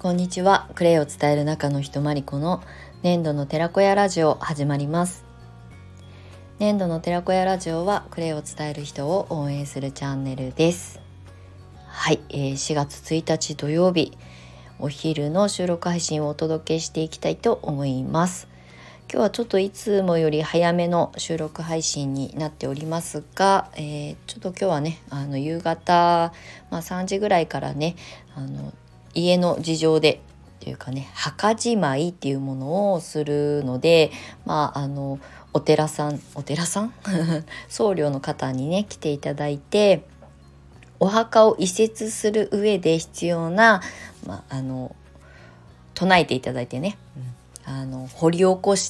こんにちは。クレイを伝える中のひとまりこの粘土の寺子屋ラジオ始まります。粘土の寺子屋ラジオはクレイを伝える人を応援するチャンネルです。はい、4月1日土曜日お昼の収録配信をお届けしていきたいと思います。今日はちょっといつもより早めの収録配信になっておりますが、ちょっと今日はね夕方、3時ぐらいからね家の事情でというかね墓じまいっていうものをするので、お寺さん僧侶の方にね来ていただいて、お墓を移設する上で必要な、唱えていただいてね、掘り起こして、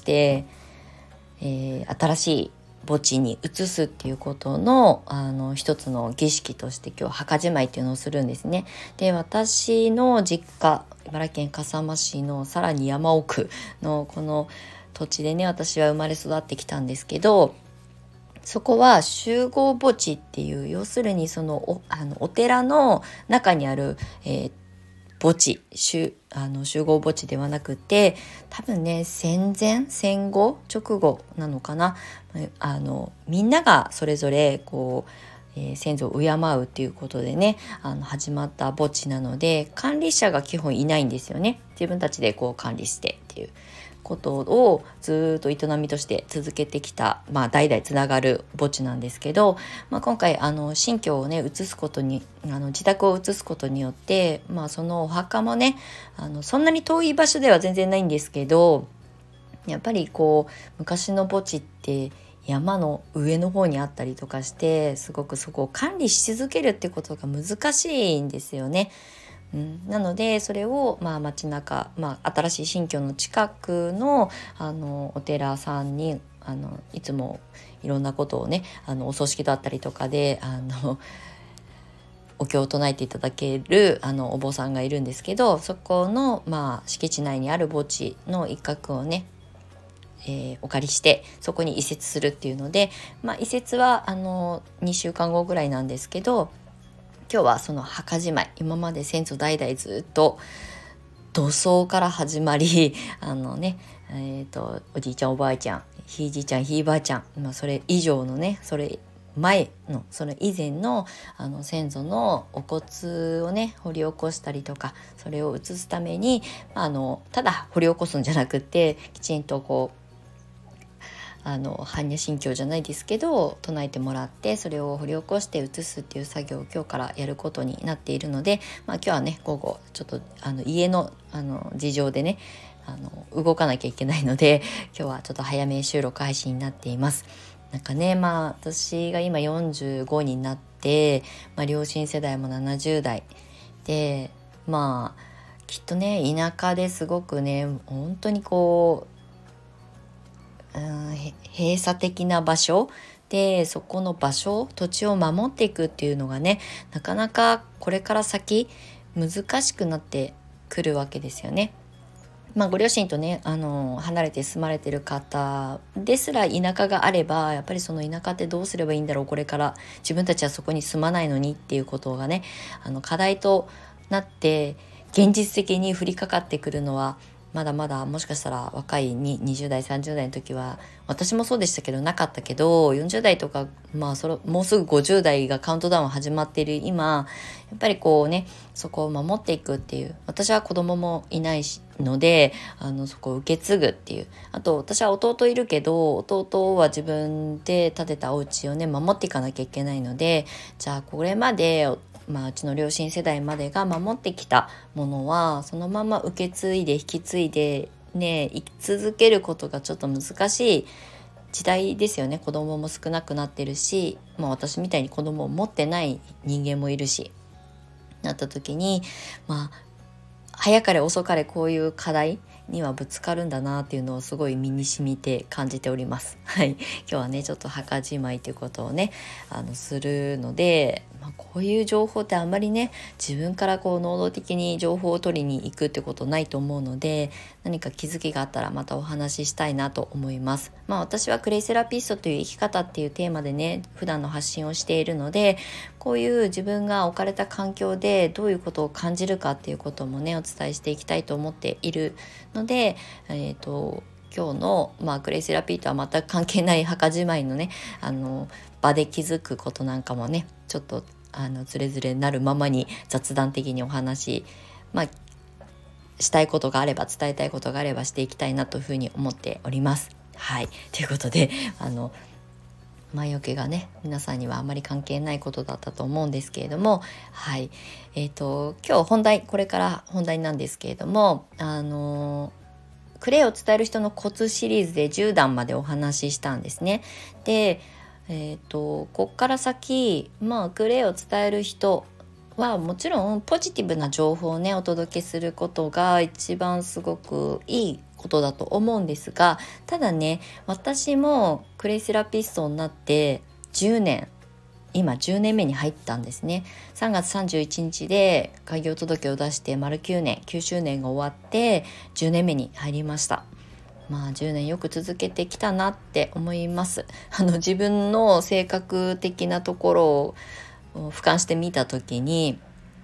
新しい墓地に移すっていうことの一つの儀式として今日墓じまいっていうのをするんですね。で、私の実家茨城県笠間市のさらに山奥のこの土地でね、私は生まれ育ってきたんですけど、そこは集合墓地っていう、要するにその お寺の中にある、墓地集合墓地ではなくて、多分ね戦後直後なのかな、みんながそれぞれこう、先祖を敬うっていうことでね始まった墓地なので、管理者が基本いないんですよね。自分たちでこう管理してっていうことをずっと営みとして続けてきた、代々つながる墓地なんですけど、今回新居をね移すことに自宅を移すことによって、そのお墓もねそんなに遠い場所では全然ないんですけど、やっぱりこう昔の墓地って山の上の方にあったりとかして、すごくそこを管理し続けるってことが難しいんですよね。なのでそれを街中、新しい新居の近くのお寺さんにいつもいろんなことをねお葬式だったりとかでお経を唱えていただけるお坊さんがいるんですけど、そこの敷地内にある墓地の一角をねお借りしてそこに移設するっていうので、移設は2週間後ぐらいなんですけど、今日はその墓じまい、今まで先祖代々ずっと土葬から始まりおじいちゃんおばあちゃんひいじいちゃんひいばあちゃん、それ以上のねそれ前のそれ以前の先祖のお骨をね掘り起こしたりとか、それを移すためにただ掘り起こすんじゃなくて、きちんとこう般若心経じゃないですけど唱えてもらって、それを掘り起こして移すっていう作業を今日からやることになっているので、今日はね午後ちょっと家の事情でね動かなきゃいけないので、今日はちょっと早め収録配信になっています。なんかね私が今45になって、両親世代も70代で、きっとね田舎ですごくね本当にこう閉鎖的な場所で、そこの場所土地を守っていくっていうのがねなかなかこれから先難しくなってくるわけですよね。ご両親とね離れて住まれてる方ですら田舎があれば、やっぱりその田舎ってどうすればいいんだろう、これから自分たちはそこに住まないのにっていうことがね課題となって現実的に降りかかってくるのは、まだまだもしかしたら若い20代30代の時は、私もそうでしたけどなかったけど、40代とかもうすぐ50代がカウントダウン始まっている今、やっぱりこうねそこを守っていくっていう、私は子供もいないのでそこを受け継ぐっていう、あと私は弟いるけど、弟は自分で建てたお家をね守っていかなきゃいけないので、じゃあこれまでうちの両親世代までが守ってきたものはそのまま受け継いで引き継いでね生き続けることがちょっと難しい時代ですよね。子供も少なくなってるし、私みたいに子供を持ってない人間もいるし、なった時に早かれ遅かれこういう課題にはぶつかるんだなっていうのをすごい身に染みて感じております。はい、今日はねちょっと墓じまいということをねするので、 こういう情報ってあんまりね自分から能動的に情報を取りに行くってことないと思うので、何か気づきがあったらまたお話ししたいなと思います。私はクレイセラピストという生き方っていうテーマでね普段の発信をしているので、こういう自分が置かれた環境でどういうことを感じるかっていうこともねお伝えしていきたいと思っているので、今日の、クレイセラピーとは全く関係ない墓じまいのね場で気づくことなんかもねちょっとズレズレなるままに雑談的にお話、したいことがあれば伝えたいことがあればしていきたいなというふうに思っております。はい、ということで前置きがね皆さんにはあまり関係ないことだったと思うんですけれども、はい、今日これから本題なんですけれども、クレイを伝える人のコツシリーズで10段までお話ししたんですね。で、こっから先、クレイを伝える人はもちろんポジティブな情報をねお届けすることが一番すごくいいことだと思うんですが、ただね私もクレイセラピストになって10年今10年目に入ったんですね。3月31日で開業届を出して丸9年9周年が終わって10年目に入りました。10年よく続けてきたなって思います。自分の性格的なところを俯瞰してみた時に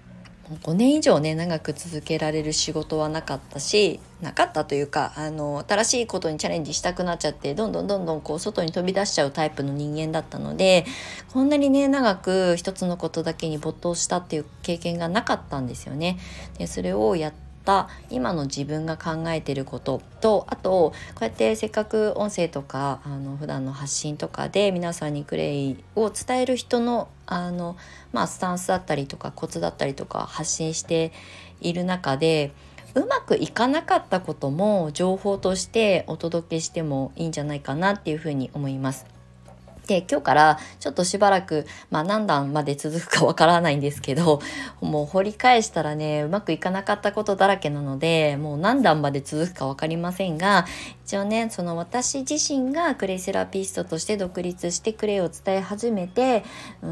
5年以上ね長く続けられる仕事はなかったというか新しいことにチャレンジしたくなっちゃってどんどん外に飛び出しちゃうタイプの人間だったので、こんなにね長く一つのことだけに没頭したっていう経験がなかったんですよね。でそれをやった今の自分が考えていることと、あとこうやってせっかく音声とか普段の発信とかで皆さんにクレイを伝える人のスタンスだったりとかコツだったりとか発信している中で、うまくいかなかったことも情報としてお届けしてもいいんじゃないかなっていうふうに思います。で今日からちょっとしばらく、何段まで続くかわからないんですけど、もう掘り返したらねうまくいかなかったことだらけなのでもう何段まで続くか分かりませんが、一応ねその私自身がクレイセラピストとして独立してクレイを伝え始めて、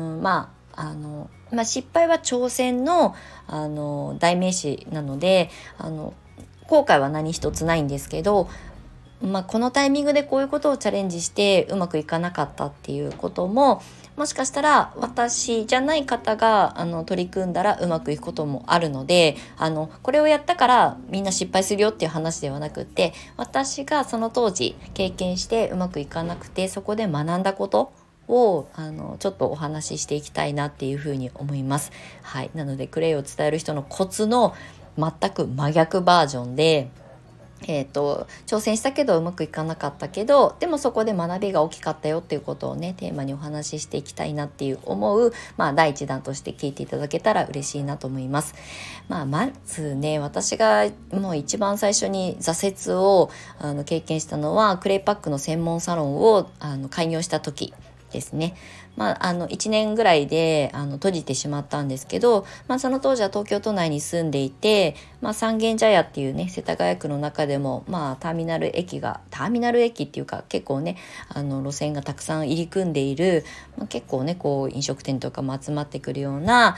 失敗は挑戦の、代名詞なので後悔は何一つないんですけど、このタイミングでこういうことをチャレンジしてうまくいかなかったっていうことももしかしたら私じゃない方が取り組んだらうまくいくこともあるので、これをやったからみんな失敗するよっていう話ではなくて、私がその当時経験してうまくいかなくてそこで学んだことをちょっとお話ししていきたいなっていうふうに思います。はい、なのでクレイを伝える人のコツの全く真逆バージョンで、挑戦したけどうまくいかなかったけどでもそこで学びが大きかったよっていうことをねテーマにお話ししていきたいなっていう思う、第一弾として聞いていただけたら嬉しいなと思います。まずね私がもう一番最初に挫折を経験したのはクレイパックの専門サロンを開業した時ですね。1年ぐらいで閉じてしまったんですけど、その当時は東京都内に住んでいて、三軒茶屋っていうね世田谷区の中でも、ターミナル駅っていうか結構ね路線がたくさん入り組んでいる、結構ね飲食店とかも集まってくるような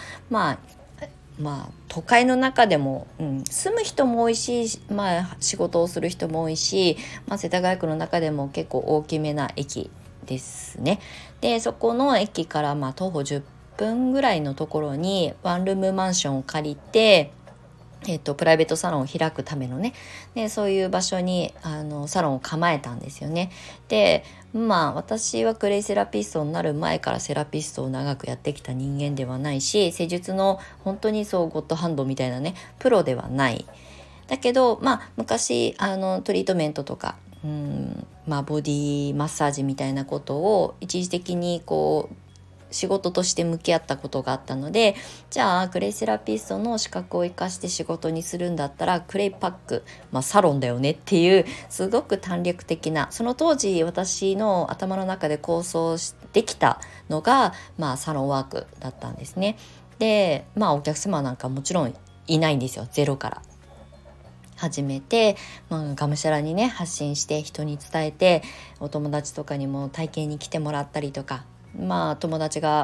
都会の中でも、住む人も多いし、仕事をする人も多いし、世田谷区の中でも結構大きめな駅ですね。でそこの駅から徒歩10分ぐらいのところにワンルームマンションを借りて、プライベートサロンを開くためのねでそういう場所にサロンを構えたんですよね。で私はクレイセラピストになる前からセラピストを長くやってきた人間ではないし、施術の本当にゴッドハンドみたいなねプロではない。だけど昔トリートメントとかボディマッサージみたいなことを一時的に仕事として向き合ったことがあったので、じゃあクレイセラピストの資格を生かして仕事にするんだったらクレイパック、サロンだよねっていうすごく短絡的な、その当時私の頭の中で構想できたのが、サロンワークだったんですね。でお客様なんかもちろんいないんですよ。ゼロから始めて、がむしゃらにね発信して人に伝えて、お友達とかにも体験に来てもらったりとか、友達が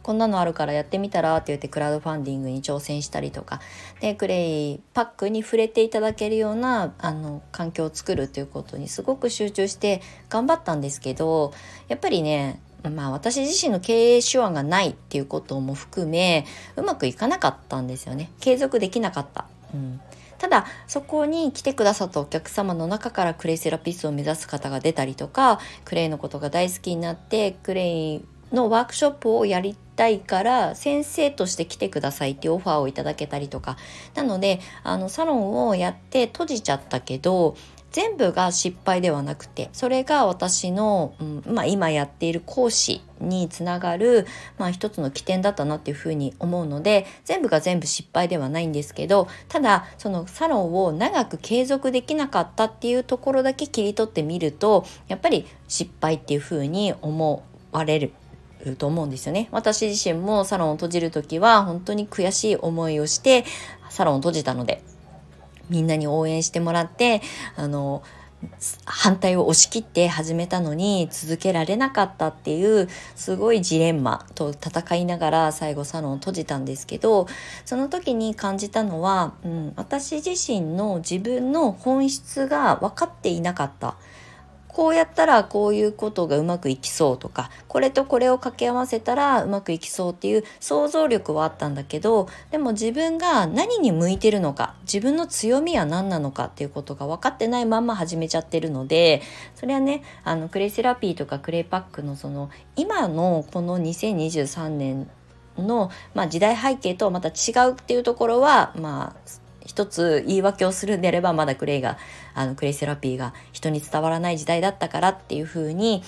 こんなのあるからやってみたらって言ってクラウドファンディングに挑戦したりとかで、クレイパックに触れていただけるような環境を作るということにすごく集中して頑張ったんですけど、やっぱりね、私自身の経営手腕がないっていうことも含めうまくいかなかったんですよね。継続できなかった。ただそこに来てくださったお客様の中からクレイセラピストを目指す方が出たりとか、クレイのことが大好きになってクレイのワークショップをやりたいから先生として来てくださいっていうオファーをいただけたりとか、なのでサロンをやって閉じちゃったけど全部が失敗ではなくて、それが私の、今やっている講師につながる、一つの起点だったなっていうふうに思うので、全部が全部失敗ではないんですけど、ただそのサロンを長く継続できなかったっていうところだけ切り取ってみると、やっぱり失敗っていうふうに思われると思うんですよね。私自身もサロンを閉じるときは本当に悔しい思いをしてサロンを閉じたので、みんなに応援してもらって反対を押し切って始めたのに続けられなかったっていうすごいジレンマと戦いながら最後サロンを閉じたんですけど、その時に感じたのは、私自身の自分の本質が分かっていなかった。こうやったらこういうことがうまくいきそうとか、これとこれを掛け合わせたらうまくいきそうっていう想像力はあったんだけど、でも自分が何に向いてるのか、自分の強みは何なのかっていうことが分かってないまんま始めちゃってるので、それはね、クレイセラピーとかクレイパックの今のこの2023年の、時代背景とまた違うっていうところは一つ言い訳をするんであれば、まだクレイセラピーが人に伝わらない時代だったからっていう風に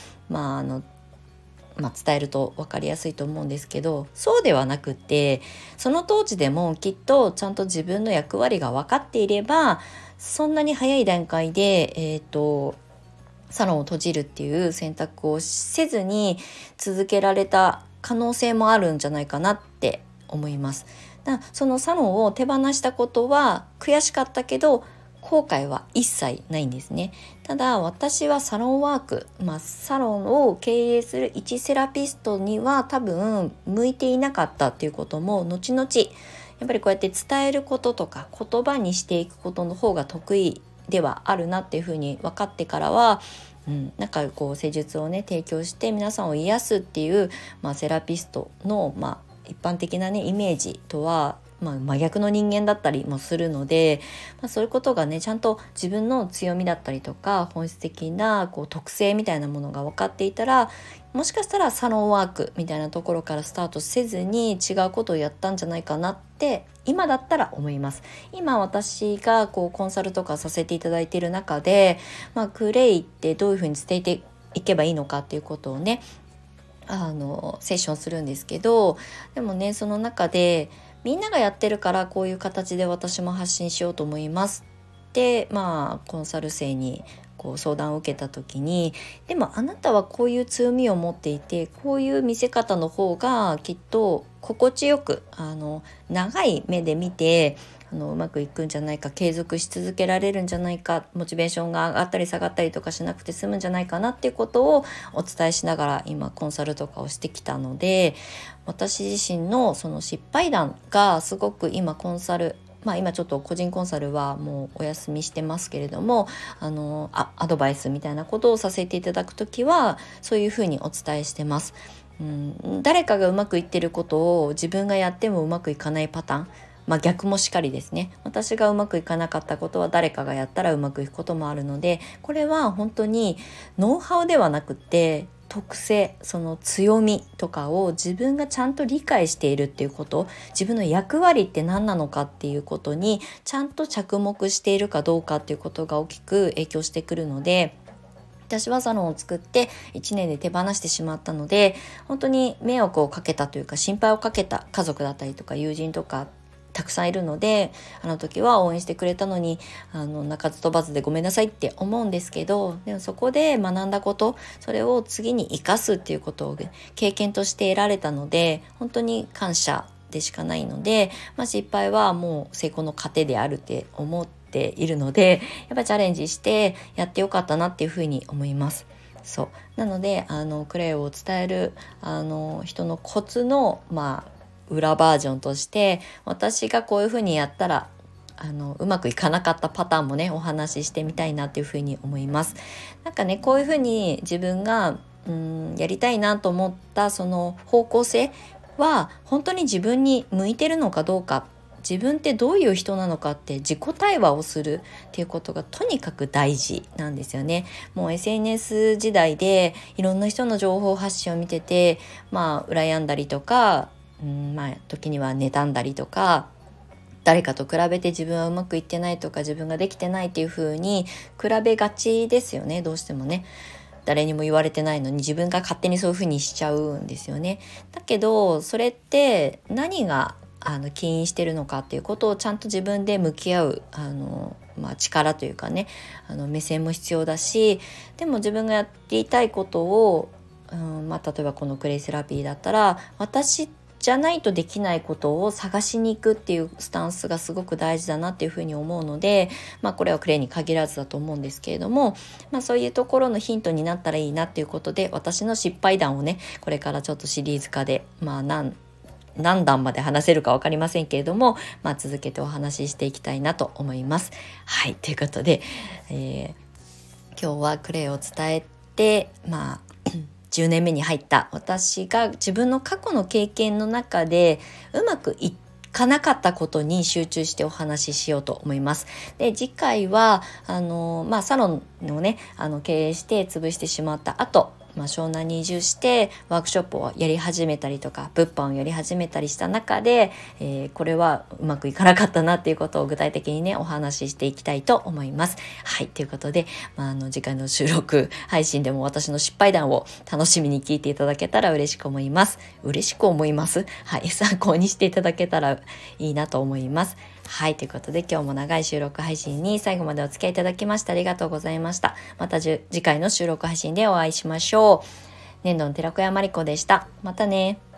伝えると分かりやすいと思うんですけど、そうではなくって、その当時でもきっとちゃんと自分の役割が分かっていれば、そんなに早い段階でサロンを閉じるっていう選択をせずに続けられた可能性もあるんじゃないかなって思います。そのサロンを手放したことは悔しかったけど後悔は一切ないんですね。ただ私はサロンワーク、サロンを経営する一セラピストには多分向いていなかったっていうことも後々やっぱりこうやって伝えることとか言葉にしていくことの方が得意ではあるなっていうふうに分かってからは、施術をね提供して皆さんを癒すっていう、セラピストの一般的なイメージとは、真逆の人間だったりもするので、そういうことがねちゃんと自分の強みだったりとか本質的な特性みたいなものが分かっていたら、もしかしたらサロンワークみたいなところからスタートせずに違うことをやったんじゃないかなって今だったら思います。今私がコンサルとかさせていただいている中で、クレイってどういうふうに伝えていけばいいのかっていうことをねセッションするんですけど、でもねその中でみんながやってるからこういう形で私も発信しようと思いますってコンサル生に相談を受けた時に、でもあなたはこういう強みを持っていてこういう見せ方の方がきっと心地よく長い目で見てうまくいくんじゃないか、継続し続けられるんじゃないか、モチベーションが上がったり下がったりとかしなくて済むんじゃないかなっていうことをお伝えしながら今コンサルとかをしてきたので、私自身のその失敗談がすごく今コンサル、今ちょっと個人コンサルはもうお休みしてますけれども、アドバイスみたいなことをさせていただくときはそういうふうにお伝えしてます。誰かがうまくいってることを自分がやってもうまくいかないパターン、逆もしかりですね。私がうまくいかなかったことは誰かがやったらうまくいくこともあるので、これは本当にノウハウではなくて特性、その強みとかを自分がちゃんと理解しているっていうこと、自分の役割って何なのかっていうことにちゃんと着目しているかどうかっていうことが大きく影響してくるので、私はサロンを作って1年で手放してしまったので、本当に迷惑をかけたというか心配をかけた家族だったりとか友人とかたくさんいるので、あの時は応援してくれたのに鳴かず飛ばずでごめんなさいって思うんですけど、でもそこで学んだこと、それを次に生かすっていうことを経験として得られたので、本当に感謝でしかないので、失敗はもう成功の糧であるって思っているので、やっぱりチャレンジしてやってよかったなっていうふうに思います。 そうなのでクレイを伝える人のコツの裏バージョンとして、私がこういうふうにやったらうまくいかなかったパターンもねお話ししてみたいなっていうふうに思います。なんかねこういうふうに自分がやりたいなと思ったその方向性は本当に自分に向いてるのかどうか、自分ってどういう人なのかって自己対話をするっていうことがとにかく大事なんですよね。もう SNS 時代でいろんな人の情報発信を見てて羨んだりとか、時には妬んだりとか、誰かと比べて自分はうまくいってないとか自分ができてないっていう風に比べがちですよね。どうしてもね、誰にも言われてないのに自分が勝手にそういう風にしちゃうんですよね。だけどそれって何が起因してるのかっていうことをちゃんと自分で向き合う力というかね、目線も必要だし、でも自分がやりたいことを、例えばこのクレイセラピーだったら私じゃないとできないことを探しに行くっていうスタンスがすごく大事だなっていうふうに思うので、これはクレイに限らずだと思うんですけれども、そういうところのヒントになったらいいなっていうことで、私の失敗談をねこれからちょっとシリーズ化で何段まで話せるか分かりませんけれども、続けてお話ししていきたいなと思います。はい、ということで、今日はクレイを伝えて10年目に入った私が自分の過去の経験の中でうまくいかなかったことに集中してお話ししようと思います。で、次回はサロンをね経営して潰してしまった後、湘南に移住してワークショップをやり始めたりとか物販をやり始めたりした中で、これはうまくいかなかったなっていうことを具体的にねお話ししていきたいと思います。はい、ということで、次回の収録配信でも私の失敗談を楽しみに聞いていただけたら嬉しく思います。はい、参考にしていただけたらいいなと思います。はい、ということで今日も長い収録配信に最後までお付き合いいただきましてありがとうございました。また次回の収録配信でお会いしましょう。年度の寺子屋まりこでした。またね。